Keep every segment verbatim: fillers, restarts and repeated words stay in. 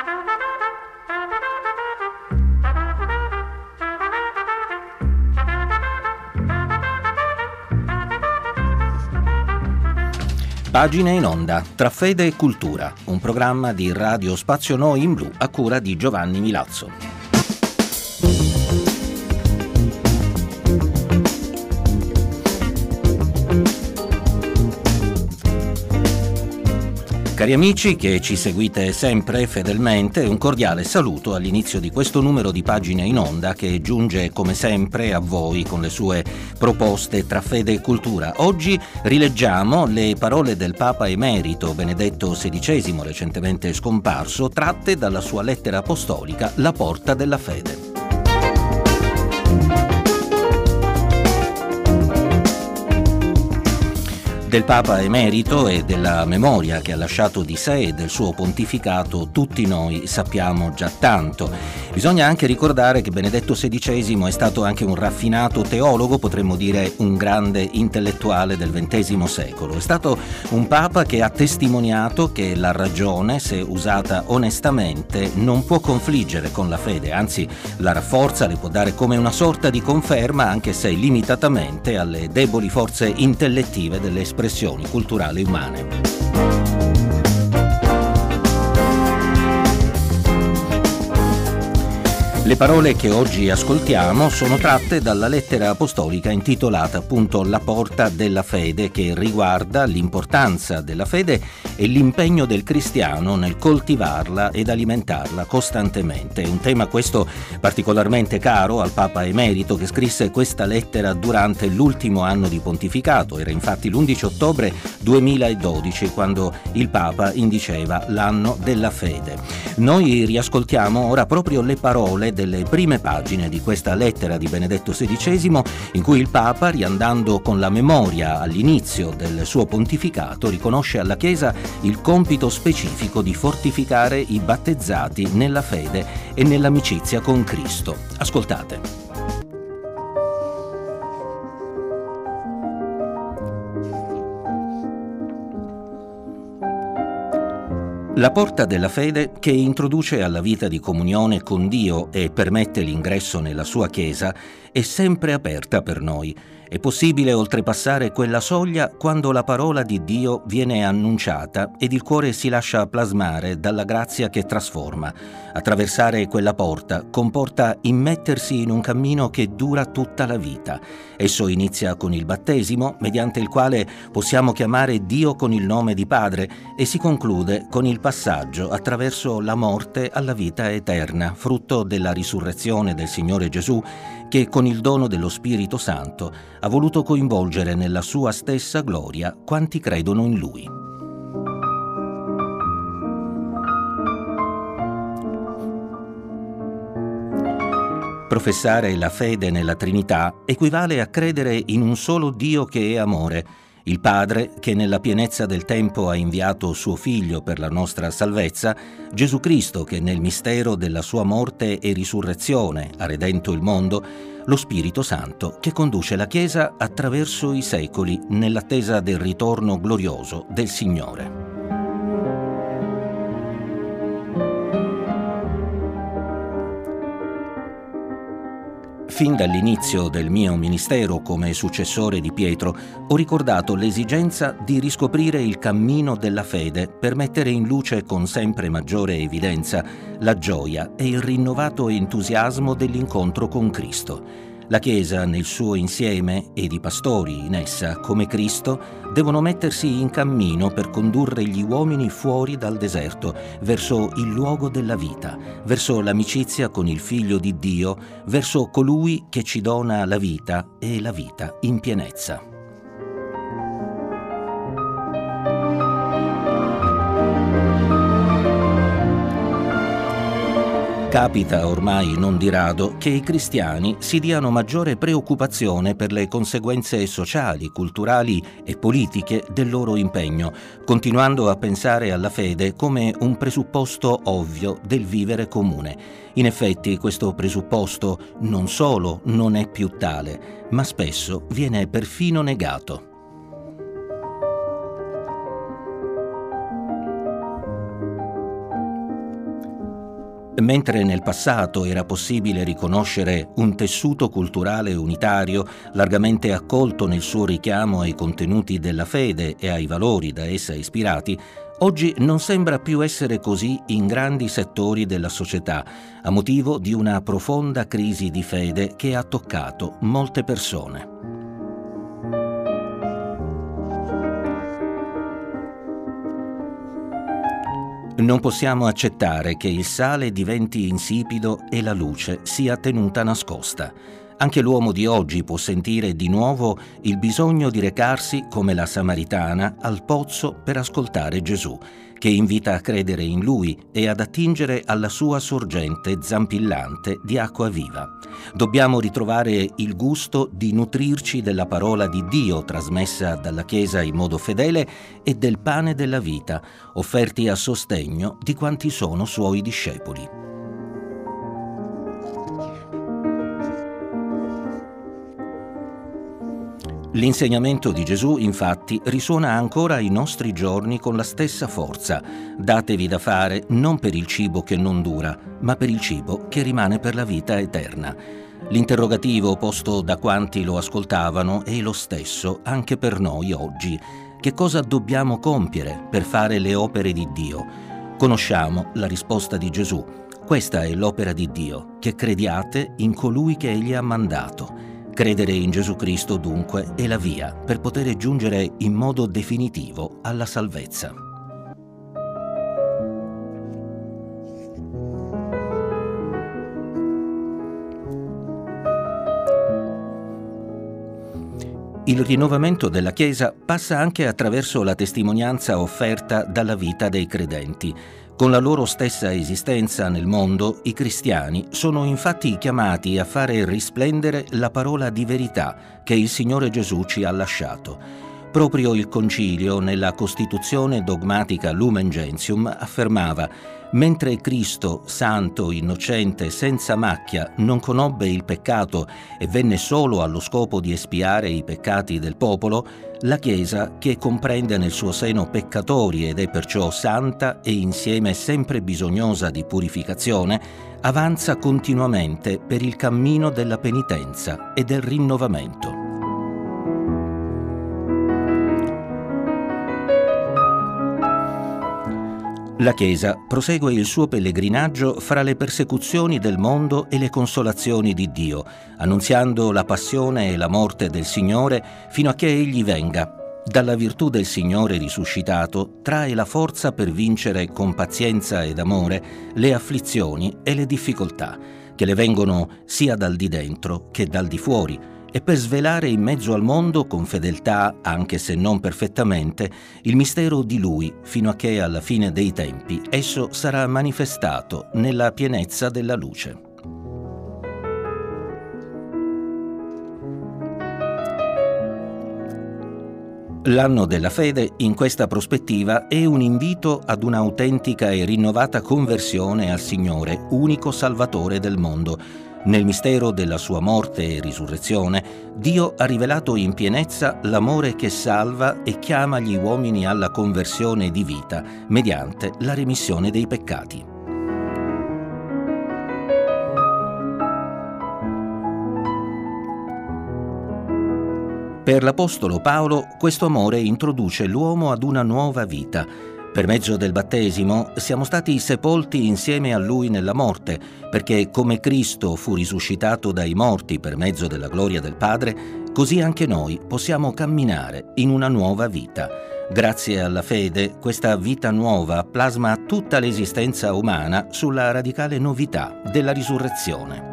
Pagine in onda, tra fede e cultura, un programma di Radio Spazio Noi in Blu a cura di Giovanni Milazzo. Cari amici che ci seguite sempre fedelmente, un cordiale saluto all'inizio di questo numero di Pagine in onda che giunge come sempre a voi con le sue proposte tra fede e cultura. Oggi rileggiamo le parole del Papa Emerito Benedetto sedicesimo, recentemente scomparso, tratte dalla sua lettera apostolica La porta della fede. Del Papa Emerito e della memoria che ha lasciato di sé e del suo pontificato tutti noi sappiamo già tanto. Bisogna anche ricordare che Benedetto sedicesimo è stato anche un raffinato teologo, potremmo dire un grande intellettuale del ventesimo secolo. È stato un Papa che ha testimoniato che la ragione, se usata onestamente, non può confliggere con la fede, anzi la rafforza, le può dare come una sorta di conferma, anche se limitatamente alle deboli forze intellettive delle espressioni espressioni culturali umane. Le parole che oggi ascoltiamo sono tratte dalla lettera apostolica intitolata appunto La porta della fede, che riguarda l'importanza della fede e l'impegno del cristiano nel coltivarla ed alimentarla costantemente. È un tema questo particolarmente caro al Papa Emerito, che scrisse questa lettera durante l'ultimo anno di pontificato. Era infatti l'undici ottobre duemiladodici quando il Papa indiceva l'anno della fede. Noi riascoltiamo ora proprio le parole delle prime pagine di questa lettera di Benedetto sedicesimo, in cui il Papa, riandando con la memoria all'inizio del suo pontificato, riconosce alla Chiesa il compito specifico di fortificare i battezzati nella fede e nell'amicizia con Cristo. Ascoltate. La porta della fede, che introduce alla vita di comunione con Dio e permette l'ingresso nella sua Chiesa, è sempre aperta per noi. È possibile oltrepassare quella soglia quando la parola di Dio viene annunciata ed il cuore si lascia plasmare dalla grazia che trasforma. Attraversare quella porta comporta immettersi in un cammino che dura tutta la vita. Esso inizia con il battesimo, mediante il quale possiamo chiamare Dio con il nome di Padre, e si conclude con il passaggio attraverso la morte alla vita eterna, frutto della risurrezione del Signore Gesù, che con il dono dello Spirito Santo ha voluto coinvolgere nella sua stessa gloria quanti credono in Lui. Professare la fede nella Trinità equivale a credere in un solo Dio che è amore, il Padre che nella pienezza del tempo ha inviato suo Figlio per la nostra salvezza, Gesù Cristo che nel mistero della sua morte e risurrezione ha redento il mondo, lo Spirito Santo che conduce la Chiesa attraverso i secoli nell'attesa del ritorno glorioso del Signore. Fin dall'inizio del mio ministero come successore di Pietro ho ricordato l'esigenza di riscoprire il cammino della fede per mettere in luce con sempre maggiore evidenza la gioia e il rinnovato entusiasmo dell'incontro con Cristo. La Chiesa nel suo insieme ed i pastori in essa, come Cristo, devono mettersi in cammino per condurre gli uomini fuori dal deserto, verso il luogo della vita, verso l'amicizia con il Figlio di Dio, verso colui che ci dona la vita e la vita in pienezza. Capita ormai non di rado che i cristiani si diano maggiore preoccupazione per le conseguenze sociali, culturali e politiche del loro impegno, continuando a pensare alla fede come un presupposto ovvio del vivere comune. In effetti questo presupposto non solo non è più tale, ma spesso viene perfino negato. Mentre nel passato era possibile riconoscere un tessuto culturale unitario, largamente accolto nel suo richiamo ai contenuti della fede e ai valori da essa ispirati, oggi non sembra più essere così in grandi settori della società, a motivo di una profonda crisi di fede che ha toccato molte persone. Non possiamo accettare che il sale diventi insipido e la luce sia tenuta nascosta. Anche l'uomo di oggi può sentire di nuovo il bisogno di recarsi, come la Samaritana, al pozzo per ascoltare Gesù, che invita a credere in Lui e ad attingere alla sua sorgente zampillante di acqua viva. Dobbiamo ritrovare il gusto di nutrirci della parola di Dio trasmessa dalla Chiesa in modo fedele e del pane della vita, offerti a sostegno di quanti sono Suoi discepoli. L'insegnamento di Gesù, infatti, risuona ancora ai nostri giorni con la stessa forza. Datevi da fare non per il cibo che non dura, ma per il cibo che rimane per la vita eterna. L'interrogativo posto da quanti lo ascoltavano è lo stesso anche per noi oggi. Che cosa dobbiamo compiere per fare le opere di Dio? Conosciamo la risposta di Gesù. Questa è l'opera di Dio, che crediate in colui che Egli ha mandato. Credere in Gesù Cristo, dunque, è la via per poter giungere in modo definitivo alla salvezza. Il rinnovamento della Chiesa passa anche attraverso la testimonianza offerta dalla vita dei credenti. Con la loro stessa esistenza nel mondo, i cristiani sono infatti chiamati a fare risplendere la parola di verità che il Signore Gesù ci ha lasciato. Proprio il Concilio, nella Costituzione dogmatica Lumen Gentium, affermava: mentre Cristo, santo, innocente, senza macchia, non conobbe il peccato e venne solo allo scopo di espiare i peccati del popolo, la Chiesa, che comprende nel suo seno peccatori ed è perciò santa e insieme sempre bisognosa di purificazione, avanza continuamente per il cammino della penitenza e del rinnovamento. La Chiesa prosegue il suo pellegrinaggio fra le persecuzioni del mondo e le consolazioni di Dio, annunziando la passione e la morte del Signore fino a che Egli venga. Dalla virtù del Signore risuscitato trae la forza per vincere con pazienza ed amore le afflizioni e le difficoltà, che le vengono sia dal di dentro che dal di fuori, e per svelare in mezzo al mondo con fedeltà, anche se non perfettamente, il mistero di Lui, fino a che alla fine dei tempi esso sarà manifestato nella pienezza della luce. L'anno della fede, in questa prospettiva, è un invito ad un'autentica e rinnovata conversione al Signore, unico Salvatore del mondo. Nel mistero della sua morte e risurrezione, Dio ha rivelato in pienezza l'amore che salva e chiama gli uomini alla conversione di vita mediante la remissione dei peccati. Per l'Apostolo Paolo, questo amore introduce l'uomo ad una nuova vita. Per mezzo del battesimo siamo stati sepolti insieme a Lui nella morte, perché come Cristo fu risuscitato dai morti per mezzo della gloria del Padre, così anche noi possiamo camminare in una nuova vita. Grazie alla fede, questa vita nuova plasma tutta l'esistenza umana sulla radicale novità della risurrezione.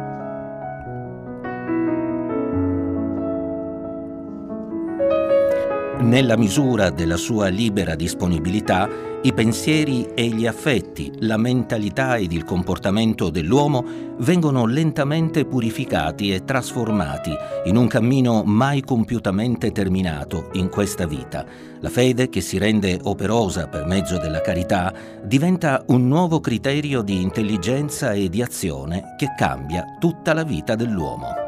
Nella misura della sua libera disponibilità, i pensieri e gli affetti, la mentalità ed il comportamento dell'uomo vengono lentamente purificati e trasformati in un cammino mai compiutamente terminato in questa vita. La fede, che si rende operosa per mezzo della carità, diventa un nuovo criterio di intelligenza e di azione che cambia tutta la vita dell'uomo.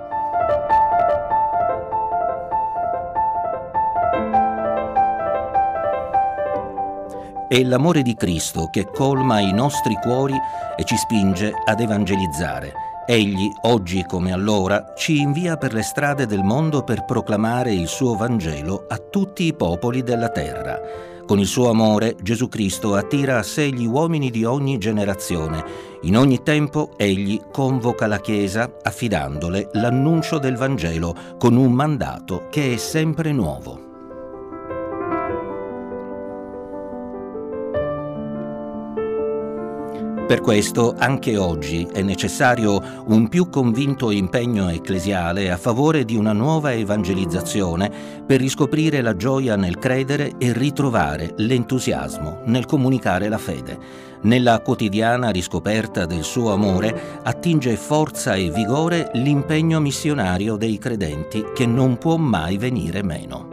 È l'amore di Cristo che colma i nostri cuori e ci spinge ad evangelizzare. Egli, oggi come allora, ci invia per le strade del mondo per proclamare il suo Vangelo a tutti i popoli della terra. Con il suo amore, Gesù Cristo attira a sé gli uomini di ogni generazione. In ogni tempo, egli convoca la Chiesa affidandole l'annuncio del Vangelo con un mandato che è sempre nuovo. Per questo anche oggi è necessario un più convinto impegno ecclesiale a favore di una nuova evangelizzazione per riscoprire la gioia nel credere e ritrovare l'entusiasmo nel comunicare la fede. Nella quotidiana riscoperta del suo amore attinge forza e vigore l'impegno missionario dei credenti che non può mai venire meno.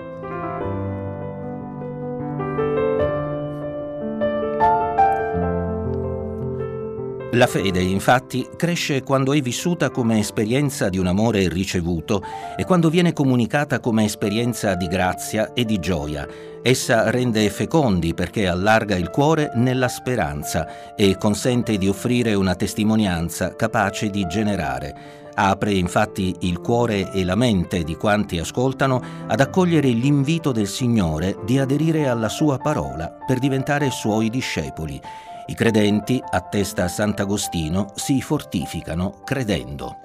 La fede, infatti, cresce quando è vissuta come esperienza di un amore ricevuto e quando viene comunicata come esperienza di grazia e di gioia. Essa rende fecondi perché allarga il cuore nella speranza e consente di offrire una testimonianza capace di generare. Apre infatti il cuore e la mente di quanti ascoltano ad accogliere l'invito del Signore di aderire alla sua parola per diventare suoi discepoli. I credenti, attesta Sant'Agostino, si fortificano credendo.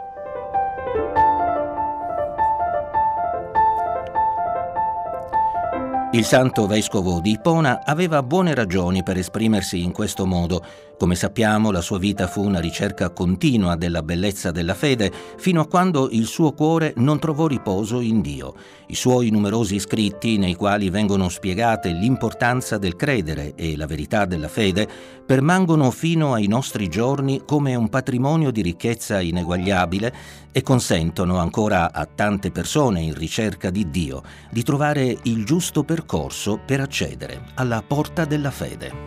Il santo vescovo di Ippona aveva buone ragioni per esprimersi in questo modo. Come sappiamo, la sua vita fu una ricerca continua della bellezza della fede, fino a quando il suo cuore non trovò riposo in Dio. I suoi numerosi scritti, nei quali vengono spiegate l'importanza del credere e la verità della fede, permangono fino ai nostri giorni come un patrimonio di ricchezza ineguagliabile e consentono ancora a tante persone in ricerca di Dio di trovare il giusto percorso per accedere alla porta della fede.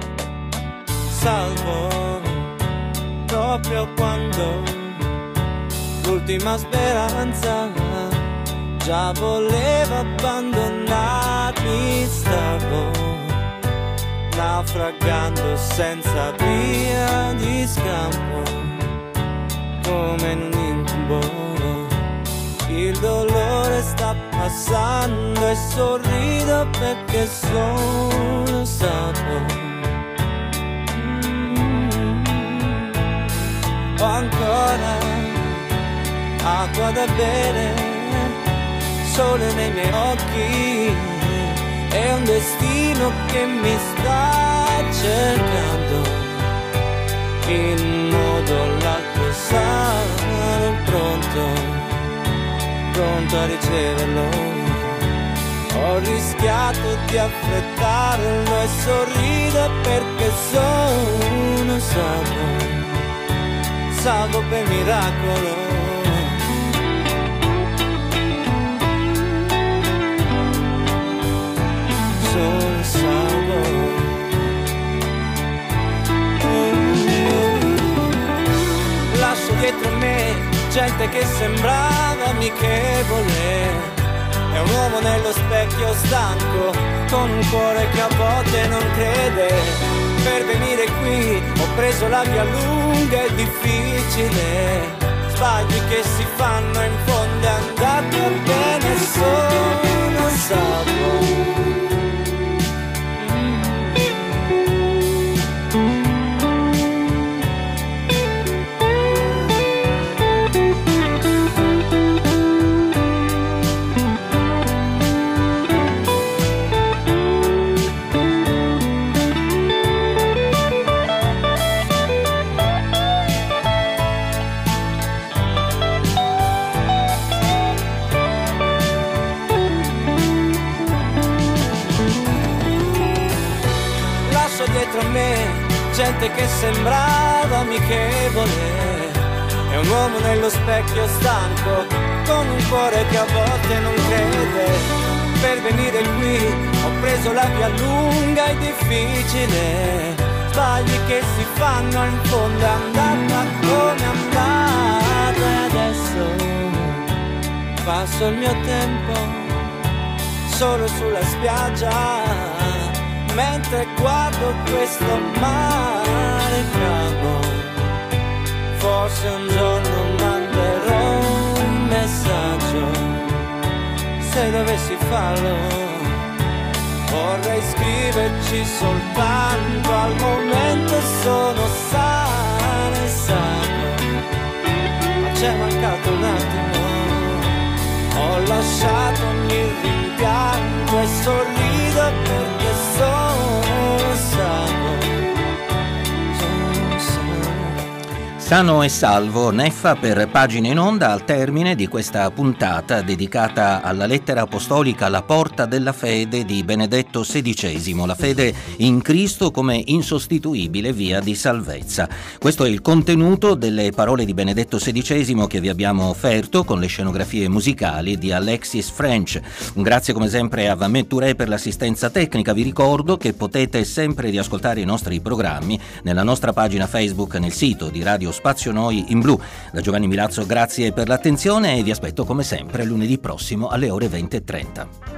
Salvo proprio quando l'ultima speranza già voleva abbandonarmi, stavo naufragando senza via di scampo, come in un incubo. Il dolore sta passando e sorrido perché sono salvo. Ho ancora acqua da bere, sole nei miei occhi, è un destino che mi sta cercando. In modo l'altro sarò pronto, pronto a riceverlo. Ho rischiato di affrettarlo e sorrido perché sono salvo. Salvo per miracolo. Sono salvo. Lascio dietro me gente che sembrava amichevole. È un uomo nello specchio stanco, con un cuore che a volte non crede. Per venire qui ho preso la via lunga e difficile. Sbagli che si fanno in fondo è andato bene, sono salvo. Dietro a me gente che sembrava amichevole, è un uomo nello specchio stanco, con un cuore che a volte non crede. Per venire qui ho preso la via lunga e difficile. Sbagli che si fanno in fondo è andata come è andata, e adesso passo il mio tempo solo sulla spiaggia. mentre guardo questo mare calmo. Forse un giorno manderò un messaggio, se dovessi farlo. Vorrei scriverci soltanto, al momento sono sano e sano, ma c'è mancato un attimo. Ho lasciato ogni rimpianto e sorrido perché sono sano, sono sano. Sano e salvo, Neffa per Pagine in Onda, al termine di questa puntata dedicata alla lettera apostolica La porta della fede di Benedetto sedicesimo, la fede in Cristo come insostituibile via di salvezza. Questo è il contenuto delle parole di Benedetto sedicesimo che vi abbiamo offerto con le scenografie musicali di Alexis French. Un grazie come sempre a Vamet Touré per l'assistenza tecnica. Vi ricordo che potete sempre riascoltare i nostri programmi nella nostra pagina Facebook, nel sito di Radio Spazio Noi in Blu. Da Giovanni Milazzo grazie per l'attenzione e vi aspetto come sempre lunedì prossimo alle ore venti e trenta.